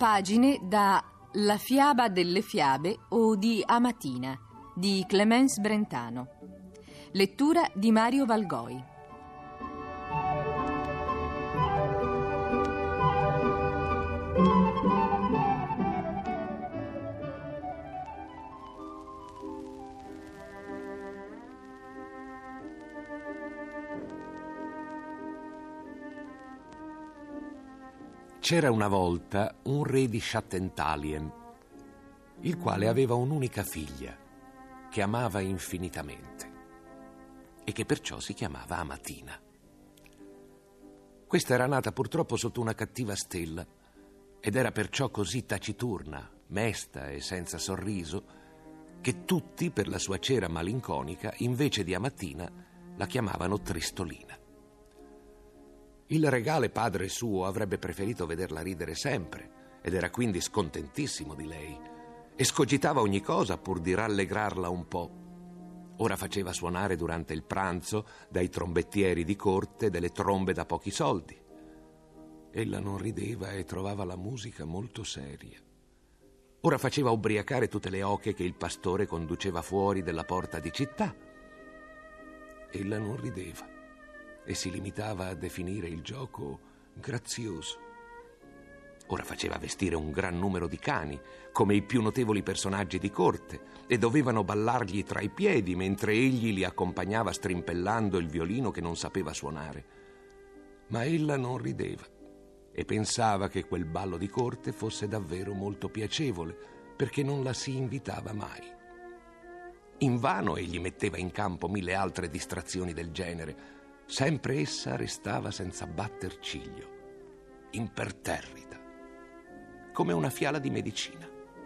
Pagine da La fiaba delle fiabe o di Amatina di Clemence Brentano. Lettura di Mario Valgoi. C'era una volta un re di Schattentalien, il quale aveva un'unica figlia che amava infinitamente e che perciò si chiamava Amatina. Questa era nata purtroppo sotto una cattiva stella ed era perciò così taciturna, mesta e senza sorriso che tutti, per la sua cera malinconica, invece di Amatina la chiamavano Tristolina. Il regale padre suo avrebbe preferito vederla ridere sempre ed era quindi scontentissimo di lei e scogitava ogni cosa pur di rallegrarla un po'. Ora faceva suonare durante il pranzo dai trombettieri di corte delle trombe da pochi soldi. Ella non rideva e trovava la musica molto seria. Ora faceva ubriacare tutte le oche che il pastore conduceva fuori della porta di città. Ella non rideva e si limitava a definire il gioco grazioso. Ora faceva vestire un gran numero di cani, come i più notevoli personaggi di corte, e dovevano ballargli tra i piedi mentre egli li accompagnava strimpellando il violino che non sapeva suonare. Ma ella non rideva e pensava che quel ballo di corte fosse davvero molto piacevole, perché non la si invitava mai. Invano egli metteva in campo 1000 altre distrazioni del genere. Sempre essa restava senza batter ciglio, imperterrita, come una fiala di medicina.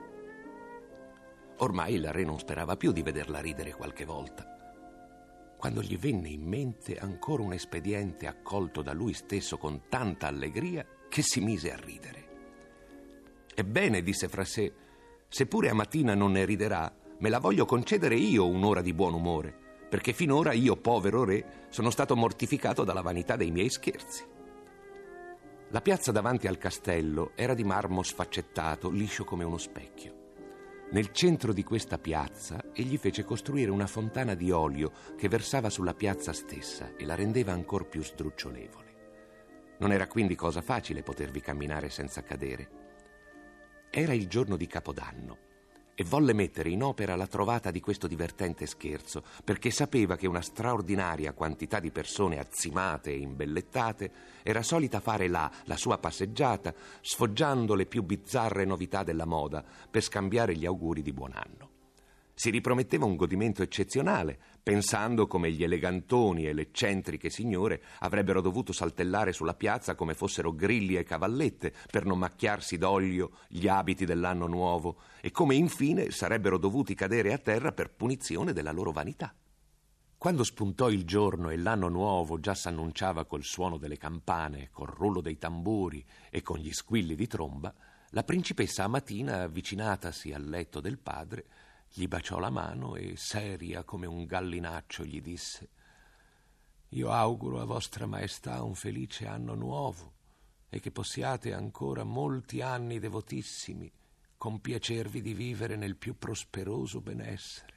Ormai il re non sperava più di vederla ridere qualche volta, quando gli venne in mente ancora un espediente accolto da lui stesso con tanta allegria che si mise a ridere. Ebbene, disse fra sé, seppure Amatina non ne riderà, me la voglio concedere io un'ora di buon umore, perché finora io, povero re, sono stato mortificato dalla vanità dei miei scherzi. La piazza davanti al castello era di marmo sfaccettato, liscio come uno specchio. Nel centro di questa piazza egli fece costruire una fontana di olio che versava sulla piazza stessa e la rendeva ancor più sdrucciolevole. Non era quindi cosa facile potervi camminare senza cadere. Era il giorno di Capodanno e volle mettere in opera la trovata di questo divertente scherzo, perché sapeva che una straordinaria quantità di persone azzimate e imbellettate era solita fare là la sua passeggiata, sfoggiando le più bizzarre novità della moda per scambiare gli auguri di buon anno. Si riprometteva un godimento eccezionale, pensando come gli elegantoni e le eccentriche signore avrebbero dovuto saltellare sulla piazza come fossero grilli e cavallette per non macchiarsi d'olio gli abiti dell'anno nuovo e come infine sarebbero dovuti cadere a terra per punizione della loro vanità. Quando spuntò il giorno e l'anno nuovo già s'annunciava col suono delle campane, col rullo dei tamburi e con gli squilli di tromba, la principessa Amatina, avvicinatasi al letto del padre, gli baciò la mano e, seria come un gallinaccio, gli disse: «Io auguro a vostra maestà un felice anno nuovo e che possiate ancora molti anni devotissimi compiacervi di vivere nel più prosperoso benessere».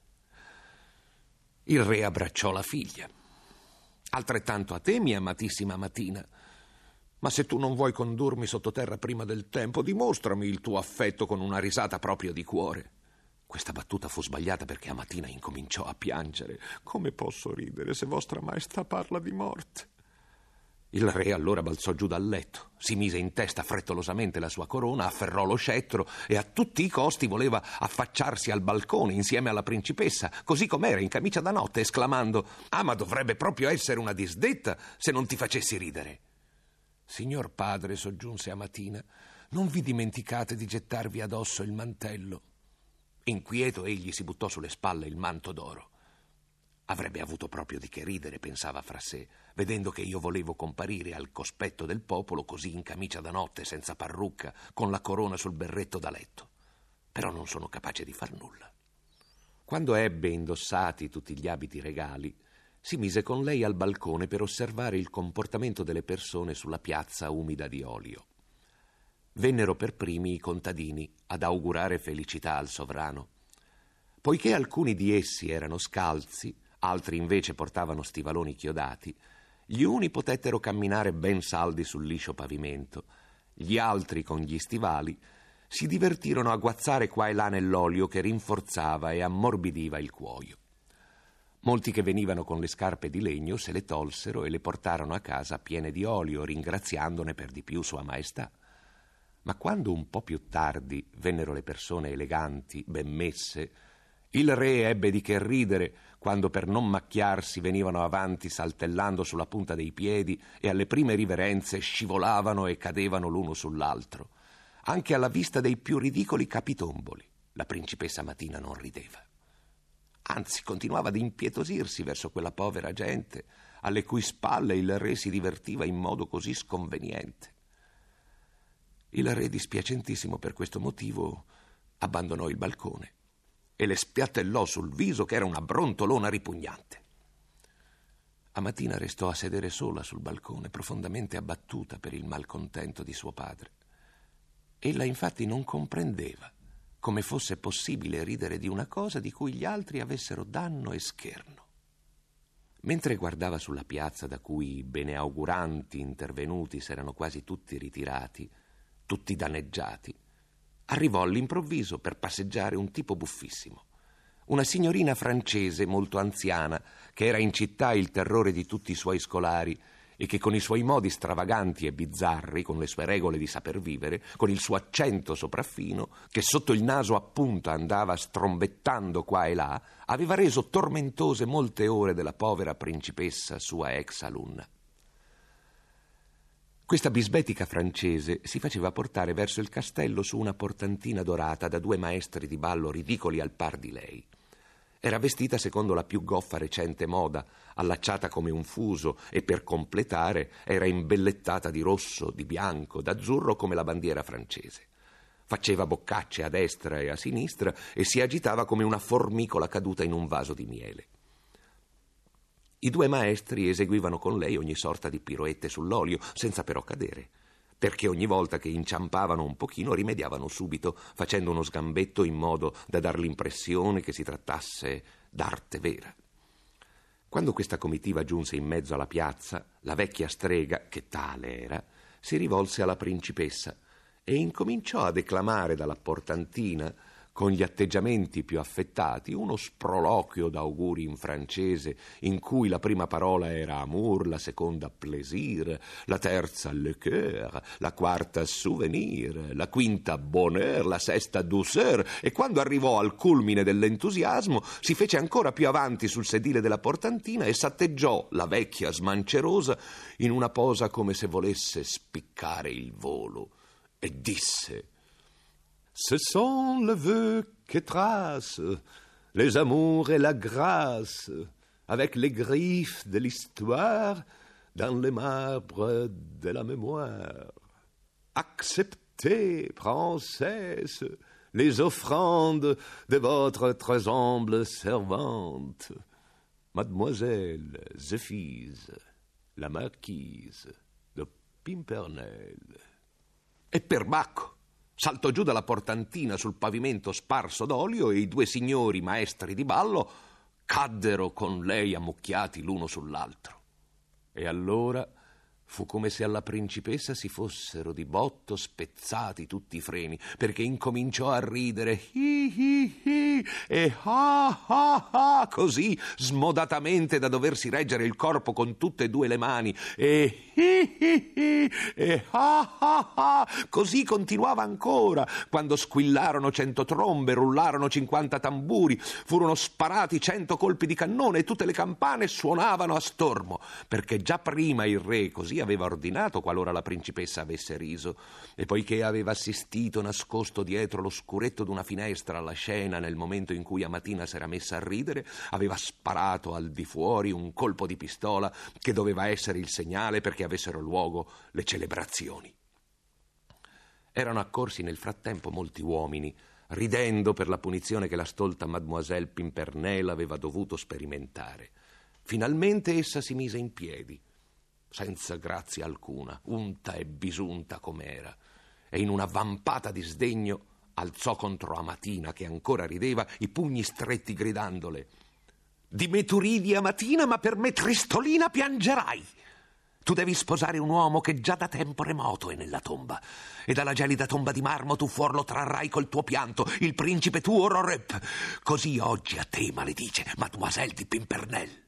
Il re abbracciò la figlia. «Altrettanto a te, mia amatissima Amatina. Ma se tu non vuoi condurmi sottoterra prima del tempo, dimostrami il tuo affetto con una risata proprio di cuore». Questa battuta fu sbagliata perché Amatina incominciò a piangere. «Come posso ridere se vostra maestà parla di morte?» Il re allora balzò giù dal letto, si mise in testa frettolosamente la sua corona, afferrò lo scettro e a tutti i costi voleva affacciarsi al balcone insieme alla principessa, così com'era, in camicia da notte, esclamando: «Ah, ma dovrebbe proprio essere una disdetta se non ti facessi ridere!» «Signor padre», soggiunse Amatina, «non vi dimenticate di gettarvi addosso il mantello». Inquieto egli si buttò sulle spalle il manto d'oro. Avrebbe avuto proprio di che ridere, pensava fra sé, vedendo che io volevo comparire al cospetto del popolo così in camicia da notte, senza parrucca, con la corona sul berretto da letto. Però non sono capace di far nulla. Quando ebbe indossati tutti gli abiti regali, si mise con lei al balcone per osservare il comportamento delle persone sulla piazza umida di olio. vennero per primi i contadini ad augurare felicità al sovrano. Poiché alcuni di essi erano scalzi, altri invece portavano stivaloni chiodati, gli uni potettero camminare ben saldi sul liscio pavimento, gli altri con gli stivali si divertirono a guazzare qua e là nell'olio che rinforzava e ammorbidiva il cuoio. Molti che venivano con le scarpe di legno se le tolsero e le portarono a casa piene di olio, ringraziandone per di più Sua Maestà. Ma quando un po' più tardi vennero le persone eleganti, ben messe, il re ebbe di che ridere quando per non macchiarsi venivano avanti saltellando sulla punta dei piedi e alle prime riverenze scivolavano e cadevano l'uno sull'altro. Anche alla vista dei più ridicoli capitomboli la principessa Matina non rideva. Anzi, continuava ad impietosirsi verso quella povera gente alle cui spalle il re si divertiva in modo così sconveniente. Il re, dispiacentissimo per questo motivo, abbandonò il balcone e le spiattellò sul viso che era una brontolona ripugnante. Amatina restò a sedere sola sul balcone, profondamente abbattuta per il malcontento di suo padre. Ella infatti non comprendeva come fosse possibile ridere di una cosa di cui gli altri avessero danno e scherno. Mentre guardava sulla piazza da cui i beneauguranti intervenuti s'erano quasi tutti ritirati, tutti danneggiati, arrivò all'improvviso per passeggiare un tipo buffissimo, una signorina francese molto anziana che era in città il terrore di tutti i suoi scolari e che con i suoi modi stravaganti e bizzarri, con le sue regole di saper vivere, con il suo accento sopraffino, che sotto il naso a punta andava strombettando qua e là, aveva reso tormentose molte ore della povera principessa sua ex alunna. Questa bisbetica francese si faceva portare verso il castello su una portantina dorata da 2 maestri di ballo ridicoli al par di lei. Era vestita secondo la più goffa recente moda, allacciata come un fuso e per completare era imbellettata di rosso, di bianco, d'azzurro come la bandiera francese. Faceva boccacce a destra e a sinistra e si agitava come una formicola caduta in un vaso di miele. I 2 maestri eseguivano con lei ogni sorta di piroette sull'olio, senza però cadere, perché ogni volta che inciampavano un pochino rimediavano subito, facendo uno sgambetto in modo da dar l'impressione che si trattasse d'arte vera. Quando questa comitiva giunse in mezzo alla piazza, la vecchia strega, che tale era, si rivolse alla principessa e incominciò a declamare dalla portantina, con gli atteggiamenti più affettati, uno sproloquio d'auguri in francese, in cui la prima parola era amour, la seconda plaisir, la terza le coeur, la quarta souvenir, la quinta bonheur, la sesta douceur, e quando arrivò al culmine dell'entusiasmo si fece ancora più avanti sul sedile della portantina e s'atteggiò, la vecchia smancerosa, in una posa come se volesse spiccare il volo, e disse: Ce sont les vœux qui tracent les amours et la grâce, avec les griffes de l'histoire dans les marbres de la mémoire. Acceptez, princesse, les offrandes de votre très humble servante, Mademoiselle Zéphise, la marquise de Pimpernel. E perbacco saltò giù dalla portantina sul pavimento sparso d'olio e i 2 signori maestri di ballo caddero con lei ammucchiati l'uno sull'altro. E allora fu come se alla principessa si fossero di botto spezzati tutti i freni, perché incominciò a ridere e così smodatamente da doversi reggere il corpo con tutte e 2 le mani e così continuava ancora quando squillarono 100 trombe, rullarono 50 tamburi, furono sparati 100 colpi di cannone e tutte le campane suonavano a stormo, perché già prima il re così aveva ordinato qualora la principessa avesse riso, e poiché aveva assistito nascosto dietro lo scuretto d'una finestra alla scena nel momento in cui Amatina s'era messa a ridere, aveva sparato al di fuori un colpo di pistola che doveva essere il segnale perché avessero luogo le celebrazioni. Erano accorsi nel frattempo molti uomini, ridendo per la punizione che la stolta Mademoiselle Pimpernel aveva dovuto sperimentare. Finalmente essa si mise in piedi, senza grazia alcuna, unta e bisunta com'era, e in una vampata di sdegno alzò contro Amatina, che ancora rideva, i pugni stretti, gridandole: «Di me tu ridi, Amatina, ma per me Tristolina piangerai! Tu devi sposare un uomo che già da tempo remoto è nella tomba, e dalla gelida tomba di marmo tu fuor lo trarrai col tuo pianto, il principe tuo Rorep. Così oggi a te maledice Mademoiselle di Pimpernel».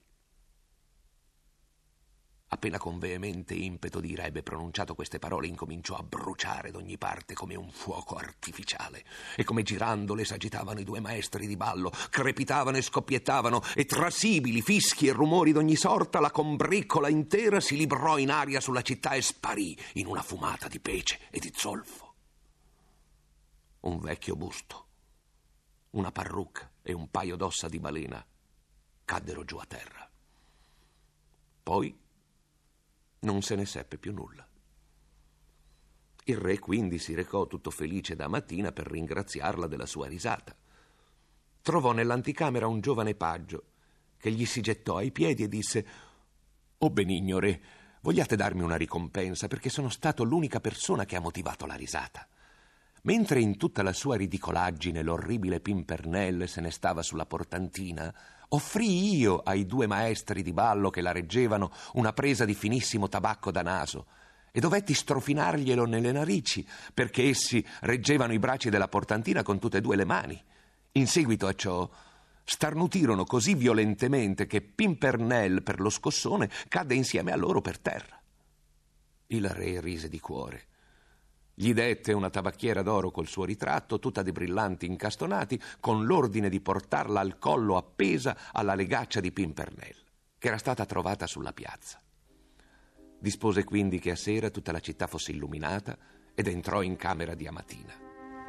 Appena con veemente impeto di ira ebbe pronunciato queste parole, incominciò a bruciare d'ogni parte come un fuoco artificiale, e come girandole s'agitavano i due maestri di ballo, crepitavano e scoppiettavano, e tra sibili, fischi e rumori d'ogni sorta la combriccola intera si librò in aria sulla città e sparì in una fumata di pece e di zolfo. Un vecchio busto, una parrucca e un paio d'ossa di balena caddero giù a terra. Poi non se ne seppe più nulla. Il re quindi si recò tutto felice da Amatina per ringraziarla della sua risata. Trovò nell'anticamera un giovane paggio che gli si gettò ai piedi e disse: «O benigno re, vogliate darmi una ricompensa, perché sono stato l'unica persona che ha motivato la risata». Mentre in tutta la sua ridicolaggine l'orribile Pimpernel se ne stava sulla portantina, offrii io ai due maestri di ballo che la reggevano una presa di finissimo tabacco da naso e dovetti strofinarglielo nelle narici, perché essi reggevano i bracci della portantina con tutte e due le mani. In seguito a ciò starnutirono così violentemente che Pimpernel, per lo scossone, cadde insieme a loro per terra. Il re rise di cuore. Gli dette una tabacchiera d'oro col suo ritratto, tutta di brillanti incastonati, con l'ordine di portarla al collo appesa alla legaccia di Pimpernel, che era stata trovata sulla piazza. Dispose quindi che a sera tutta la città fosse illuminata ed entrò in camera di Amatina.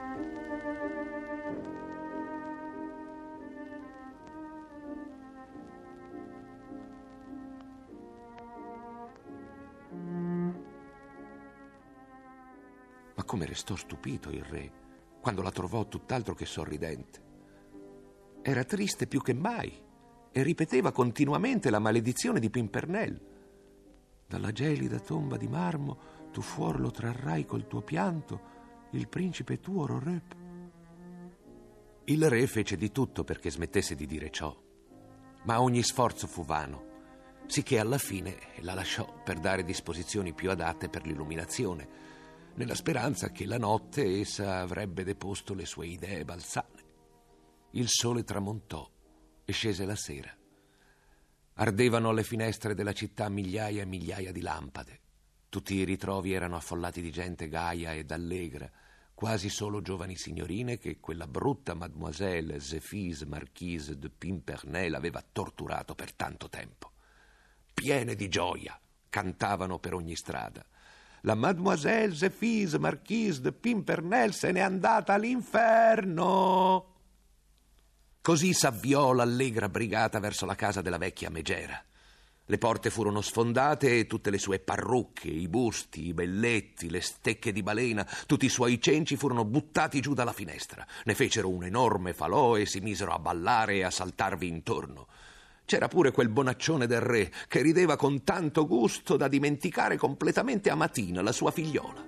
Ma come restò stupito il re quando la trovò tutt'altro che sorridente. Era triste più che mai e ripeteva continuamente la maledizione di Pimpernel. «Dalla gelida tomba di marmo tu fuor lo trarrai col tuo pianto, il principe tuo Rorep». Il re fece di tutto perché smettesse di dire ciò, ma ogni sforzo fu vano, sicché alla fine la lasciò per dare disposizioni più adatte per l'illuminazione, nella speranza che la notte essa avrebbe deposto le sue idee balzane. Il sole tramontò e scese la sera. Ardevano alle finestre della città migliaia e migliaia di lampade. Tutti i ritrovi erano affollati di gente gaia ed allegra, quasi solo giovani signorine che quella brutta Mademoiselle Zephise Marquise de Pimpernel aveva torturato per tanto tempo. Piene di gioia, cantavano per ogni strada: «La Mademoiselle Zephise Marquise de Pimpernel se n'è andata all'inferno!» Così s'avviò l'allegra brigata verso la casa della vecchia Megera. Le porte furono sfondate e tutte le sue parrucche, i busti, i belletti, le stecche di balena, tutti i suoi cenci furono buttati giù dalla finestra. Ne fecero un enorme falò e si misero a ballare e a saltarvi intorno. C'era pure quel bonaccione del re che rideva con tanto gusto da dimenticare completamente Amatina, la sua figliola.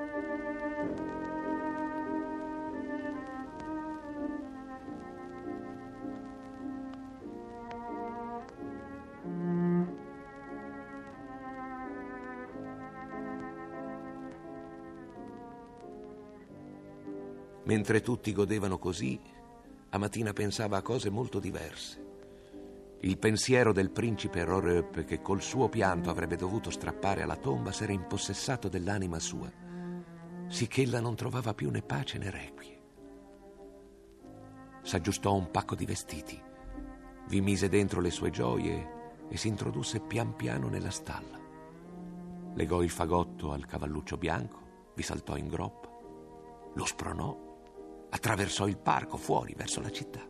Mentre tutti godevano così, Amatina pensava a cose molto diverse. Il pensiero del principe Rorep, che col suo pianto avrebbe dovuto strappare alla tomba, s'era impossessato dell'anima sua, sicché ella non trovava più né pace né requie. S'aggiustò un pacco di vestiti, vi mise dentro le sue gioie e si introdusse pian piano nella stalla. Legò il fagotto al cavalluccio bianco, vi saltò in groppa, lo spronò, attraversò il parco fuori verso la città.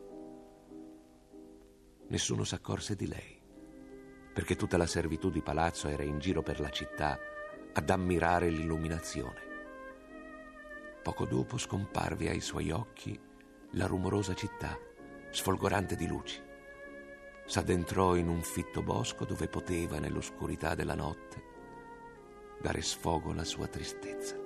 Nessuno s'accorse di lei, perché tutta la servitù di palazzo era in giro per la città ad ammirare l'illuminazione. Poco dopo scomparve ai suoi occhi la rumorosa città, sfolgorante di luci. S'addentrò in un fitto bosco dove poteva, nell'oscurità della notte, dare sfogo alla sua tristezza.